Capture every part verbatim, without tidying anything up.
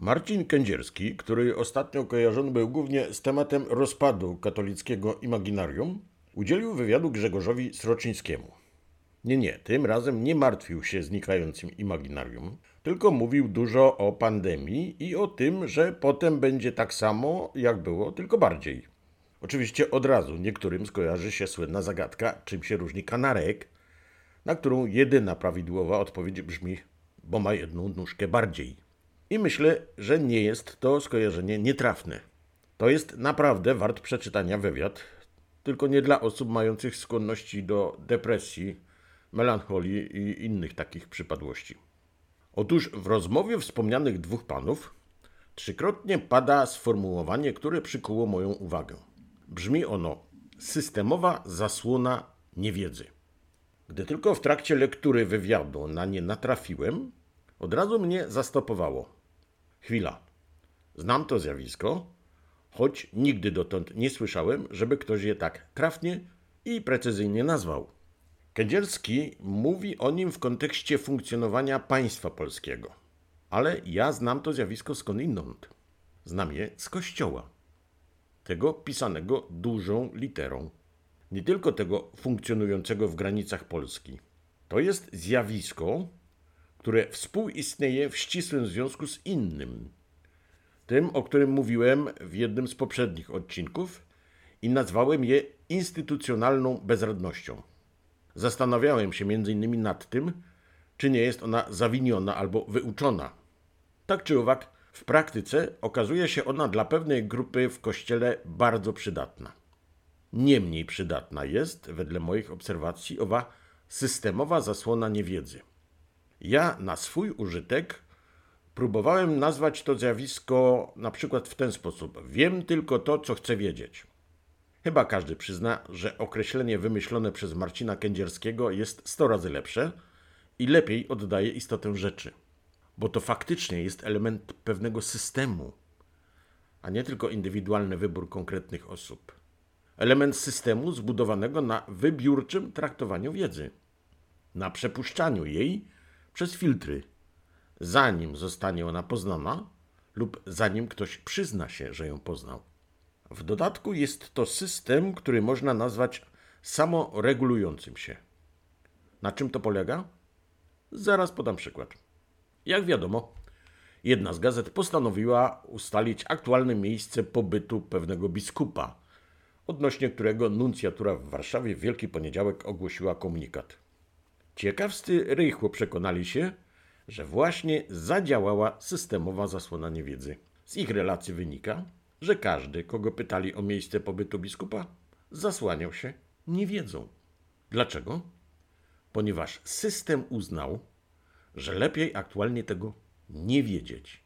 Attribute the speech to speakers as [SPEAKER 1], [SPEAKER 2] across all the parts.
[SPEAKER 1] Marcin Kędzierski, który ostatnio kojarzony był głównie z tematem rozpadu katolickiego imaginarium, udzielił wywiadu Grzegorzowi Sroczyńskiemu. Nie, nie, tym razem nie martwił się znikającym imaginarium, tylko mówił dużo o pandemii i o tym, że potem będzie tak samo, jak było, tylko bardziej. Oczywiście od razu niektórym skojarzy się słynna zagadka, czym się różni kanarek, na którą jedyna prawidłowa odpowiedź brzmi, bo ma jedną nóżkę bardziej. I myślę, że nie jest to skojarzenie nietrafne. To jest naprawdę wart przeczytania wywiad, tylko nie dla osób mających skłonności do depresji, melancholii i innych takich przypadłości. Otóż w rozmowie wspomnianych dwóch panów trzykrotnie pada sformułowanie, które przykuło moją uwagę. Brzmi ono: systemowa zasłona niewiedzy. Gdy tylko w trakcie lektury wywiadu na nie natrafiłem, od razu mnie zastopowało. Chwila. Znam to zjawisko, choć nigdy dotąd nie słyszałem, żeby ktoś je tak trafnie i precyzyjnie nazwał. Kędzierski mówi o nim w kontekście funkcjonowania państwa polskiego. Ale ja znam to zjawisko skądinąd. Znam je z Kościoła. Tego pisanego dużą literą. Nie tylko tego funkcjonującego w granicach Polski. To jest zjawisko, które współistnieje w ścisłym związku z innym. Tym, o którym mówiłem w jednym z poprzednich odcinków i nazwałem je instytucjonalną bezradnością. Zastanawiałem się między innymi nad tym, czy nie jest ona zawiniona albo wyuczona. Tak czy owak, w praktyce okazuje się ona dla pewnej grupy w Kościele bardzo przydatna. Niemniej przydatna jest, wedle moich obserwacji, owa systemowa zasłona niewiedzy. Ja na swój użytek próbowałem nazwać to zjawisko na przykład w ten sposób. Wiem tylko to, co chcę wiedzieć. Chyba każdy przyzna, że określenie wymyślone przez Marcina Kędzierskiego jest sto razy lepsze i lepiej oddaje istotę rzeczy. Bo to faktycznie jest element pewnego systemu, a nie tylko indywidualny wybór konkretnych osób. Element systemu zbudowanego na wybiórczym traktowaniu wiedzy, na przepuszczaniu jej przez filtry, zanim zostanie ona poznana lub zanim ktoś przyzna się, że ją poznał. W dodatku jest to system, który można nazwać samoregulującym się. Na czym to polega? Zaraz podam przykład. Jak wiadomo, jedna z gazet postanowiła ustalić aktualne miejsce pobytu pewnego biskupa, odnośnie którego nuncjatura w Warszawie w Wielki Poniedziałek ogłosiła komunikat. Ciekawscy rychło przekonali się, że właśnie zadziałała systemowa zasłona niewiedzy. Z ich relacji wynika, że każdy, kogo pytali o miejsce pobytu biskupa, zasłaniał się niewiedzą. Dlaczego? Ponieważ system uznał, że lepiej aktualnie tego nie wiedzieć.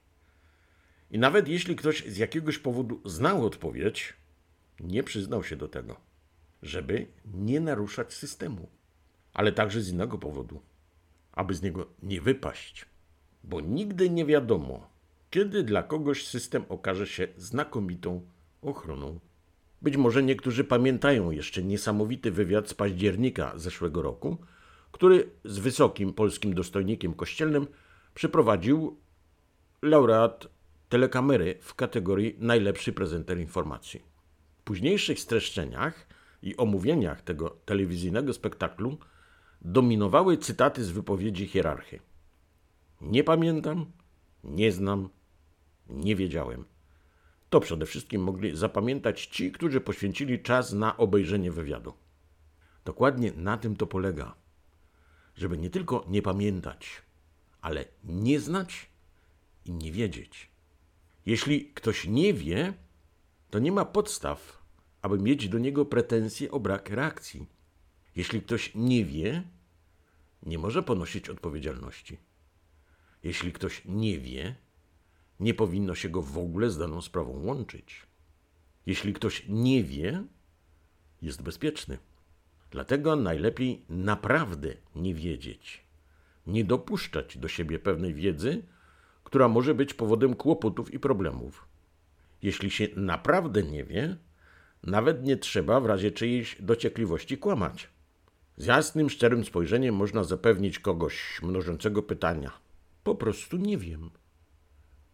[SPEAKER 1] I nawet jeśli ktoś z jakiegoś powodu znał odpowiedź, nie przyznał się do tego, żeby nie naruszać systemu. Ale także z innego powodu, aby z niego nie wypaść. Bo nigdy nie wiadomo, kiedy dla kogoś system okaże się znakomitą ochroną. Być może niektórzy pamiętają jeszcze niesamowity wywiad z października zeszłego roku, który z wysokim polskim dostojnikiem kościelnym przeprowadził laureat telekamery w kategorii najlepszy prezenter informacji. W późniejszych streszczeniach i omówieniach tego telewizyjnego spektaklu dominowały cytaty z wypowiedzi hierarchy. Nie pamiętam, nie znam, nie wiedziałem. To przede wszystkim mogli zapamiętać ci, którzy poświęcili czas na obejrzenie wywiadu. Dokładnie na tym to polega. Żeby nie tylko nie pamiętać, ale nie znać i nie wiedzieć. Jeśli ktoś nie wie, to nie ma podstaw, aby mieć do niego pretensje o brak reakcji. Jeśli ktoś nie wie, nie może ponosić odpowiedzialności. Jeśli ktoś nie wie, nie powinno się go w ogóle z daną sprawą łączyć. Jeśli ktoś nie wie, jest bezpieczny. Dlatego najlepiej naprawdę nie wiedzieć. Nie dopuszczać do siebie pewnej wiedzy, która może być powodem kłopotów i problemów. Jeśli się naprawdę nie wie, nawet nie trzeba w razie czyjejś dociekliwości kłamać. Z jasnym, szczerym spojrzeniem można zapewnić kogoś mnożącego pytania. Po prostu nie wiem.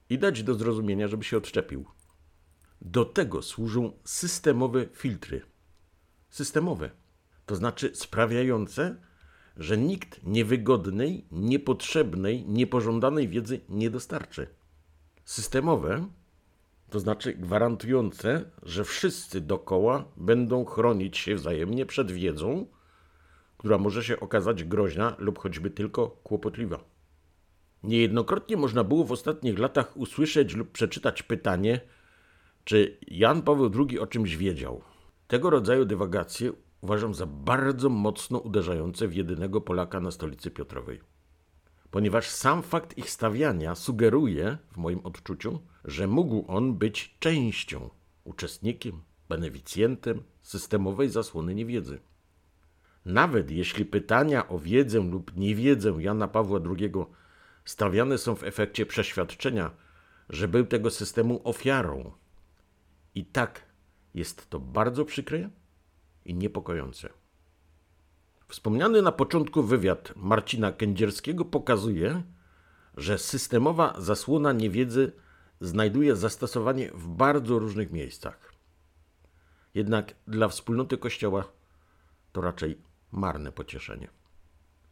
[SPEAKER 1] i dać do zrozumienia, żeby się odczepił. Do tego służą systemowe filtry. Systemowe, to znaczy sprawiające, że nikt niewygodnej, niepotrzebnej, niepożądanej wiedzy nie dostarczy. Systemowe, to znaczy gwarantujące, że wszyscy dookoła będą chronić się wzajemnie przed wiedzą, która może się okazać groźna lub choćby tylko kłopotliwa. Niejednokrotnie można było w ostatnich latach usłyszeć lub przeczytać pytanie, czy Jan Paweł drugi o czymś wiedział. Tego rodzaju dywagacje uważam za bardzo mocno uderzające w jedynego Polaka na stolicy Piotrowej. Ponieważ sam fakt ich stawiania sugeruje, w moim odczuciu, że mógł on być częścią, uczestnikiem, beneficjentem systemowej zasłony niewiedzy. Nawet jeśli pytania o wiedzę lub niewiedzę Jana Pawła drugiego stawiane są w efekcie przeświadczenia, że był tego systemu ofiarą, i tak jest to bardzo przykre i niepokojące. Wspomniany na początku wywiad Marcina Kędzierskiego pokazuje, że systemowa zasłona niewiedzy znajduje zastosowanie w bardzo różnych miejscach. Jednak dla wspólnoty Kościoła to raczej marne pocieszenie.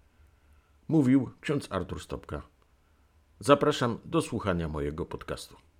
[SPEAKER 1] Mówił ksiądz Artur Stopka. Zapraszam do słuchania mojego podcastu.